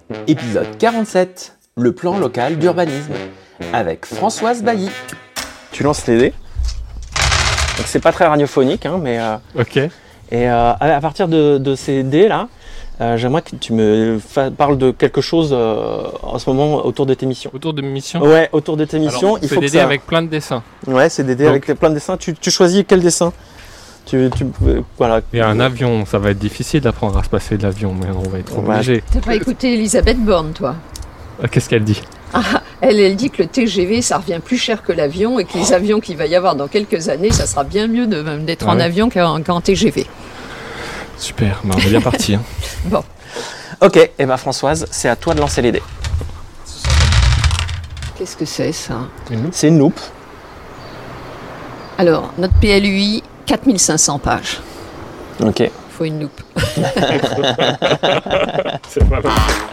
Épisode 47, le plan local d'urbanisme, avec Françoise Bailly. Tu lances les dés. Donc c'est pas très radiophonique, hein, mais... Ok. Et à partir de ces dés-là, j'aimerais que tu me parles de quelque chose en ce moment autour de tes missions. Autour de mes missions. Ouais, autour de tes missions. Alors, il faut des dés avec plein de dessins. Ouais, c'est des dés avec plein de dessins. Tu choisis quel dessin voilà. Il y a un avion, ça va être difficile d'apprendre à se passer de l'avion, mais on va être obligé. T'as pas écouté Elisabeth Borne, toi? Qu'est-ce qu'elle dit? Elle dit que le TGV, ça revient plus cher que l'avion et que les avions qu'il va y avoir dans quelques années, ça sera bien mieux d'être en avion qu'en TGV. Super, on est bien parti. Hein. Bon. Ok, et ben Françoise, c'est à toi de lancer les dés. Qu'est-ce que c'est, ça? C'est une loupe. Alors, notre PLUI, 4500 pages. Ok. Faut une loupe. C'est pas mal.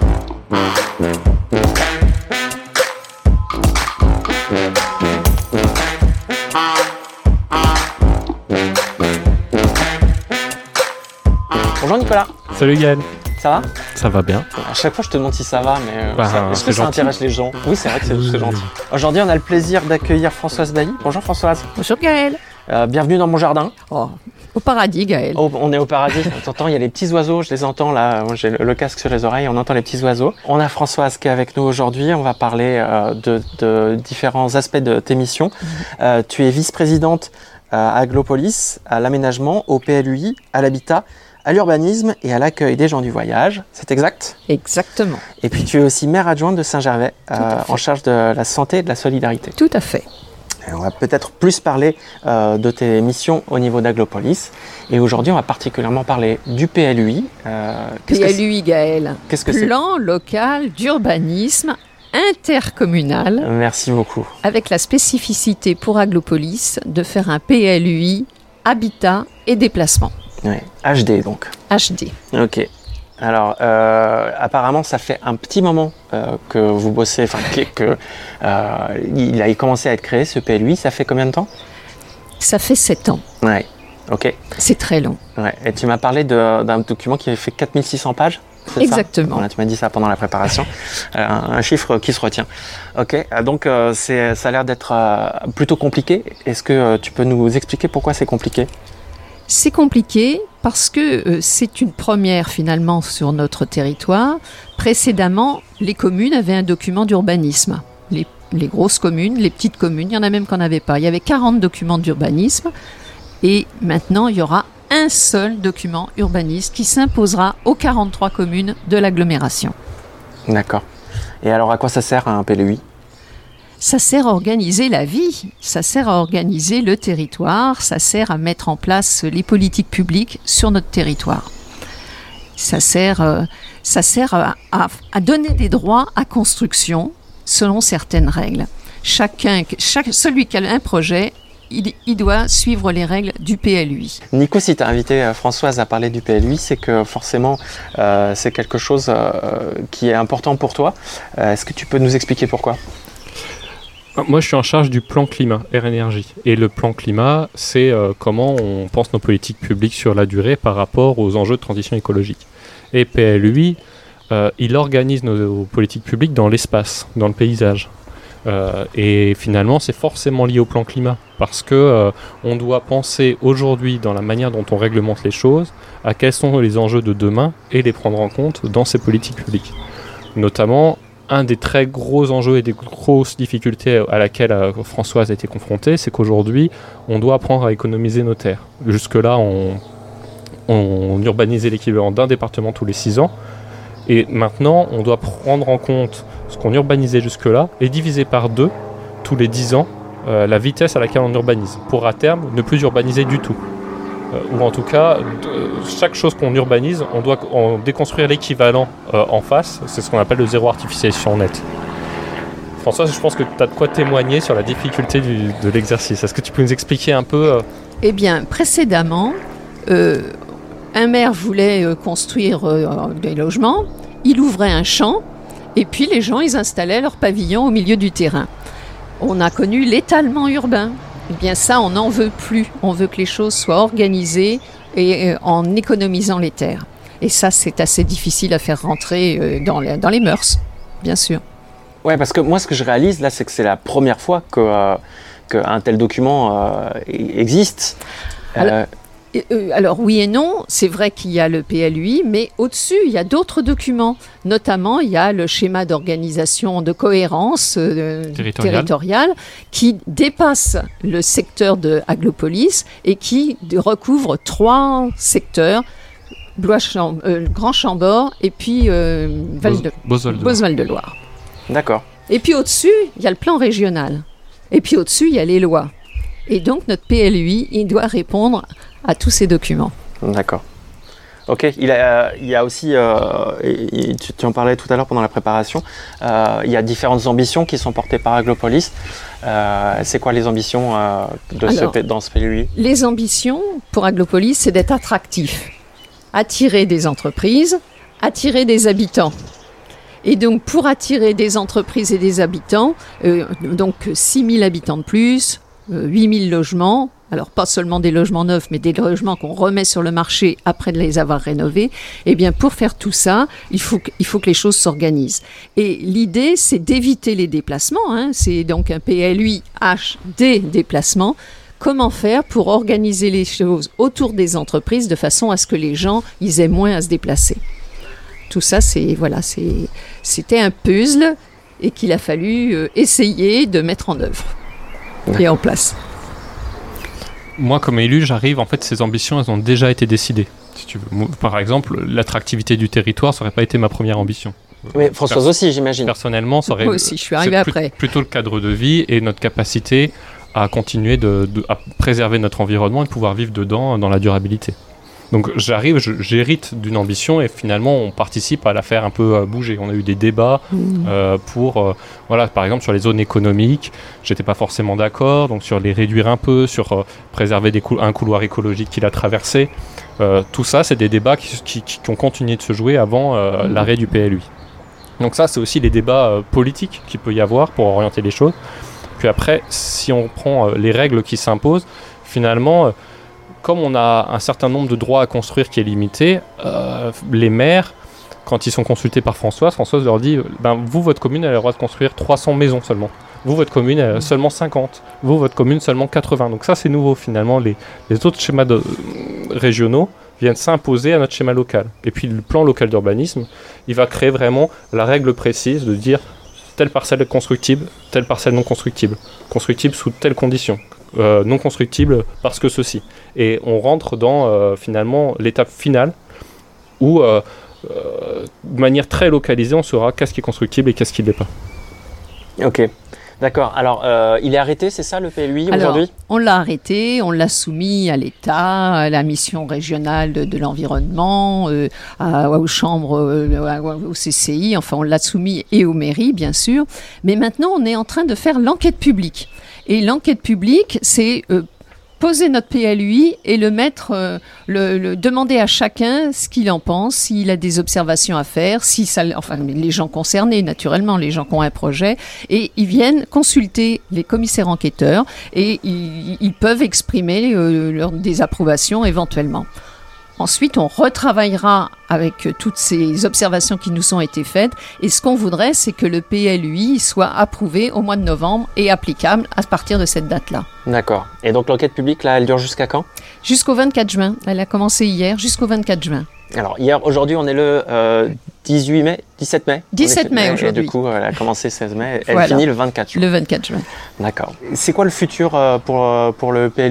Bonjour Nicolas. Salut Gaël. Ça va? Ça va bien. À chaque fois je te demande si ça va, mais est-ce que ça gentil. intéresse les gens? Oui, c'est vrai que c'est gentil. Aujourd'hui on a le plaisir d'accueillir Françoise Bailly. Bonjour Françoise. Bonjour Gaël. Bienvenue dans mon jardin. Oh, au paradis, Gaël. Oh, on est au paradis, t'entends, il y a les petits oiseaux, je les entends là, moi, j'ai le casque sur les oreilles, on entend les petits oiseaux. On a Françoise qui est avec nous aujourd'hui, on va parler de différents aspects de tes missions. Tu es vice-présidente à Aglopolis, à l'aménagement, au PLUI, à l'habitat, à l'urbanisme et à l'accueil des gens du voyage, c'est exact? Exactement. Et puis tu es aussi maire adjointe de Saint-Gervais, en charge de la santé et de la solidarité. Tout à fait. Et on va peut-être plus parler de tes missions au niveau d'Aglopolis. Et aujourd'hui, on va particulièrement parler du PLUI. PLUI, Gaël. Qu'est-ce que c'est? Plan local d'urbanisme intercommunal. Merci beaucoup. Avec la spécificité pour Aglopolis de faire un PLUI habitat et déplacement. Ouais. HD donc. HD. Ok. Alors, apparemment, ça fait un petit moment que vous bossez, enfin, il a commencé à être créé, ce PLUI. Ça fait combien de temps? Ça fait 7 ans. Ouais, ok. C'est très long. Ouais. Et tu m'as parlé d'un document qui avait fait 4600 pages? Exactement. Voilà, tu m'as dit ça pendant la préparation. Un chiffre qui se retient. Ok, donc ça a l'air d'être plutôt compliqué. Est-ce que tu peux nous expliquer pourquoi c'est compliqué? C'est compliqué parce que c'est une première finalement sur notre territoire. Précédemment, les communes avaient un document d'urbanisme. Les grosses communes, les petites communes, il y en a même qu'on n'avait pas. Il y avait 40 documents d'urbanisme et maintenant il y aura un seul document urbaniste qui s'imposera aux 43 communes de l'agglomération. D'accord. Et alors à quoi ça sert un PLUI? Ça sert à organiser la vie, ça sert à organiser le territoire, ça sert à mettre en place les politiques publiques sur notre territoire. Ça sert à donner des droits à construction selon certaines règles. Celui qui a un projet, il doit suivre les règles du PLUI. Nico, si tu as invité Françoise à parler du PLUI, c'est que forcément c'est quelque chose qui est important pour toi. Est-ce que tu peux nous expliquer pourquoi? Moi, je suis en charge du plan climat, air énergie. Et le plan climat, c'est comment on pense nos politiques publiques sur la durée par rapport aux enjeux de transition écologique. Et PLUI, il organise nos politiques publiques dans l'espace, dans le paysage. Et finalement, c'est forcément lié au plan climat. Parce que on doit penser aujourd'hui, dans la manière dont on réglemente les choses, à quels sont les enjeux de demain et les prendre en compte dans ces politiques publiques. Notamment, un des très gros enjeux et des grosses difficultés à laquelle Françoise a été confrontée, c'est qu'aujourd'hui, on doit apprendre à économiser nos terres. Jusque-là, on urbanisait l'équivalent d'un département tous les 6 ans. Et maintenant, on doit prendre en compte ce qu'on urbanisait jusque-là et diviser par 2 tous les 10 ans la vitesse à laquelle on urbanise. Pour à terme, ne plus urbaniser du tout. Ou en tout cas, chaque chose qu'on urbanise, on doit en déconstruire l'équivalent en face. C'est ce qu'on appelle le zéro artificialisation nette. Françoise, je pense que tu as de quoi témoigner sur la difficulté de l'exercice. Est-ce que tu peux nous expliquer un peu Eh bien, précédemment, un maire voulait construire des logements, il ouvrait un champ, et puis les gens, ils installaient leur pavillon au milieu du terrain. On a connu l'étalement urbain. Eh bien ça, on n'en veut plus. On veut que les choses soient organisées et en économisant les terres. Et ça, c'est assez difficile à faire rentrer dans les mœurs, bien sûr. Ouais, parce que moi, ce que je réalise là, c'est que c'est la première fois qu'un tel document existe. Alors oui et non, c'est vrai qu'il y a le PLUI, mais au-dessus, il y a d'autres documents. Notamment, il y a le schéma d'organisation de cohérence territoriale qui dépasse le secteur de Aglopolis et qui recouvre 3 secteurs, Grand Chambord et puis Bosval-de-Loire. D'accord. Et puis au-dessus, il y a le plan régional. Et puis au-dessus, il y a les lois. Et donc notre PLUI, il doit répondre à tous ces documents. D'accord. Ok, il y a aussi, tu en parlais tout à l'heure pendant la préparation, il y a différentes ambitions qui sont portées par Aglopolis. C'est quoi les ambitions dans ce PLUI ? Les ambitions pour Aglopolis, c'est d'être attractif, attirer des entreprises, attirer des habitants. Et donc, pour attirer des entreprises et des habitants, donc 6 000 habitants de plus, 8 000 logements, alors pas seulement des logements neufs, mais des logements qu'on remet sur le marché après de les avoir rénovés, eh bien, pour faire tout ça, il faut que les choses s'organisent. Et l'idée, c'est d'éviter les déplacements, c'est donc un PLUI des déplacements. Comment faire pour organiser les choses autour des entreprises de façon à ce que les gens, ils aient moins à se déplacer. Tout ça, c'était un puzzle et qu'il a fallu essayer de mettre en œuvre et en place. Moi, comme élu, j'arrive, en fait, ces ambitions, elles ont déjà été décidées. Si tu veux. Par exemple, l'attractivité du territoire, ça n'aurait pas été ma première ambition. Mais Françoise aussi, j'imagine. Personnellement, ça aurait... Moi aussi, je suis arrivée après. Plutôt le cadre de vie et notre capacité à continuer à préserver notre environnement et de pouvoir vivre dedans dans la durabilité. Donc j'arrive, j'hérite d'une ambition et finalement on participe à la faire un peu bouger. On a eu des débats par exemple sur les zones économiques, j'étais pas forcément d'accord, donc sur les réduire un peu, sur préserver un couloir écologique qui l'a traversé. Tout ça, c'est des débats qui ont continué de se jouer avant l'arrêt du PLUI. Donc ça, c'est aussi les débats politiques qu'il peut y avoir pour orienter les choses. Puis après, si on prend les règles qui s'imposent, finalement... Comme on a un certain nombre de droits à construire qui est limité, les maires, quand ils sont consultés par Françoise leur dit vous, votre commune, elle a le droit de construire 300 maisons seulement. Vous, votre commune, elle a seulement 50. Vous, votre commune, seulement 80. Donc ça, c'est nouveau finalement. Les autres schémas régionaux viennent s'imposer à notre schéma local. Et puis le plan local d'urbanisme, il va créer vraiment la règle précise de dire telle parcelle est constructible, telle parcelle non constructible. Constructible sous telles conditions. Non constructible parce que ceci. Et on rentre dans finalement l'étape finale où de manière très localisée on saura qu'est-ce qui est constructible et qu'est-ce qui ne l'est pas. Ok, d'accord. Alors il est arrêté, c'est ça le PLUI aujourd'hui ? On l'a arrêté, on l'a soumis à l'État, à la mission régionale de l'environnement, aux chambres, au CCI, enfin on l'a soumis et aux mairies bien sûr. Mais maintenant on est en train de faire l'enquête publique. Et l'enquête publique, c'est poser notre PLUI et le mettre, demander à chacun ce qu'il en pense, s'il a des observations à faire, les gens concernés, naturellement, les gens qui ont un projet, et ils viennent consulter les commissaires enquêteurs et ils peuvent exprimer leurs désapprobations éventuellement. Ensuite, on retravaillera avec toutes ces observations qui nous ont été faites. Et ce qu'on voudrait, c'est que le PLUI soit approuvé au mois de novembre et applicable à partir de cette date-là. D'accord. Et donc l'enquête publique, là, elle dure jusqu'à quand ? Jusqu'au 24 juin. Elle a commencé hier, jusqu'au 24 juin. Alors, aujourd'hui, on est le 17 mai 17 mai aujourd'hui. Et du coup, elle a commencé 16 mai. Elle finit le 24 juin. Le 24 juin. D'accord. C'est quoi le futur pour le PLUI ?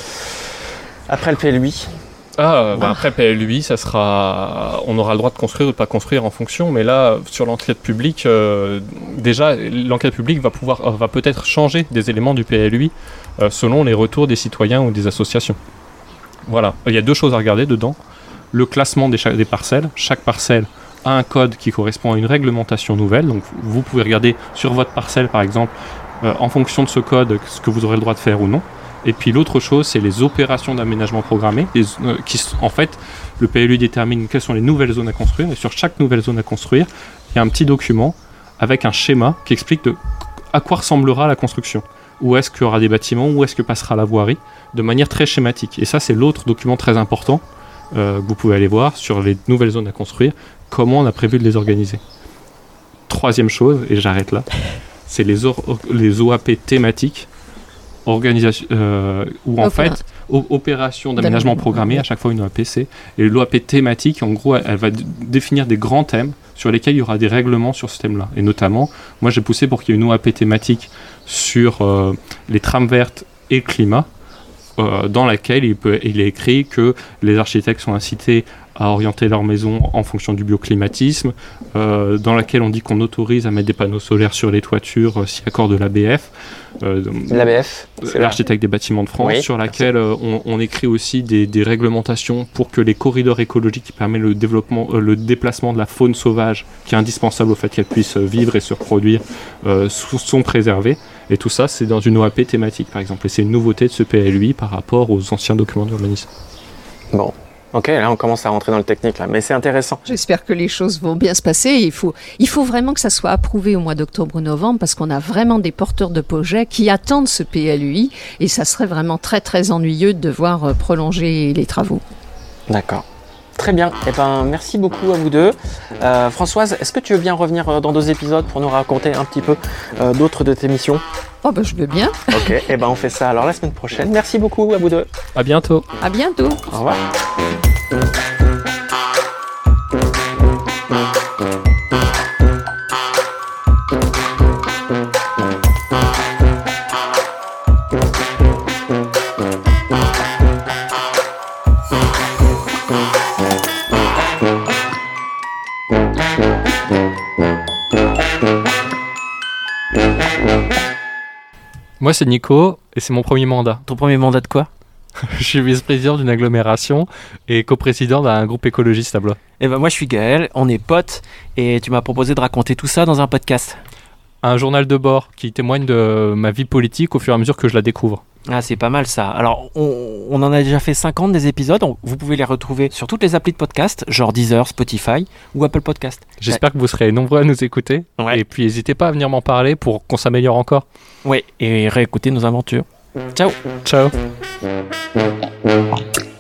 Après le PLUI ? Après PLUI, ça sera, on aura le droit de construire ou de pas construire en fonction, mais là sur l'enquête publique, déjà l'enquête publique va peut-être changer des éléments du PLUI selon les retours des citoyens ou des associations. Voilà, il y a 2 choses à regarder dedans. Le classement des parcelles. Chaque parcelle a un code qui correspond à une réglementation nouvelle, donc vous pouvez regarder sur votre parcelle par exemple, en fonction de ce code, ce que vous aurez le droit de faire ou non. Et puis l'autre chose, c'est les opérations d'aménagement programmées. En fait, le PLUI détermine quelles sont les nouvelles zones à construire. Et sur chaque nouvelle zone à construire, il y a un petit document avec un schéma qui explique à quoi ressemblera la construction. Où est-ce qu'il y aura des bâtiments, où est-ce que passera la voirie, de manière très schématique. Et ça, c'est l'autre document très important. que vous pouvez aller voir sur les nouvelles zones à construire, comment on a prévu de les organiser. Troisième chose, et j'arrête là, c'est les OAP thématiques, organisation, où en fait, opération d'aménagement programmé, à chaque fois une OAPC, et l'OAP thématique, en gros, elle va définir des grands thèmes sur lesquels il y aura des règlements sur ce thème-là. Et notamment, moi j'ai poussé pour qu'il y ait une OAP thématique sur les trames vertes et le climat, dans laquelle il est écrit que les architectes sont incités à orienter leur maison en fonction du bioclimatisme, dans laquelle on dit qu'on autorise à mettre des panneaux solaires sur les toitures si accord de l'ABF. L'ABF, c'est l'architecte des bâtiments de France, oui, sur laquelle on écrit aussi des réglementations pour que les corridors écologiques qui permettent le déplacement de la faune sauvage, qui est indispensable au fait qu'elle puisse vivre et se reproduire, sont préservés. Et tout ça, c'est dans une OAP thématique, par exemple. Et c'est une nouveauté de ce PLUI par rapport aux anciens documents d'urbanisme. Bon. Ok, là on commence à rentrer dans le technique, là, mais c'est intéressant. J'espère que les choses vont bien se passer. Il faut vraiment que ça soit approuvé au mois d'octobre ou novembre, parce qu'on a vraiment des porteurs de projets qui attendent ce PLUI, et ça serait vraiment très très ennuyeux de devoir prolonger les travaux. D'accord. Très bien. Eh ben, merci beaucoup à vous deux. Françoise, est-ce que tu veux bien revenir dans 2 épisodes pour nous raconter un petit peu d'autres de tes missions ? Oh ben je veux bien. Ok, eh ben on fait ça alors la semaine prochaine. Merci beaucoup à vous deux. À bientôt. À bientôt. Au revoir. Moi, c'est Nico, et c'est mon premier mandat. Ton premier mandat de quoi ? Je suis vice-président d'une agglomération et coprésident d'un groupe écologiste à Blois. Eh ben moi, je suis Gaël, on est potes, et tu m'as proposé de raconter tout ça dans un podcast. Un journal de bord qui témoigne de ma vie politique au fur et à mesure que je la découvre. Ah, c'est pas mal ça. Alors, on en a déjà fait 50 des épisodes. Vous pouvez les retrouver sur toutes les applis de podcast, genre Deezer, Spotify ou Apple Podcast. J'espère que vous serez nombreux à nous écouter. Ouais. Et puis, n'hésitez pas à venir m'en parler pour qu'on s'améliore encore. Oui, et réécouter nos aventures. Ciao. Ciao.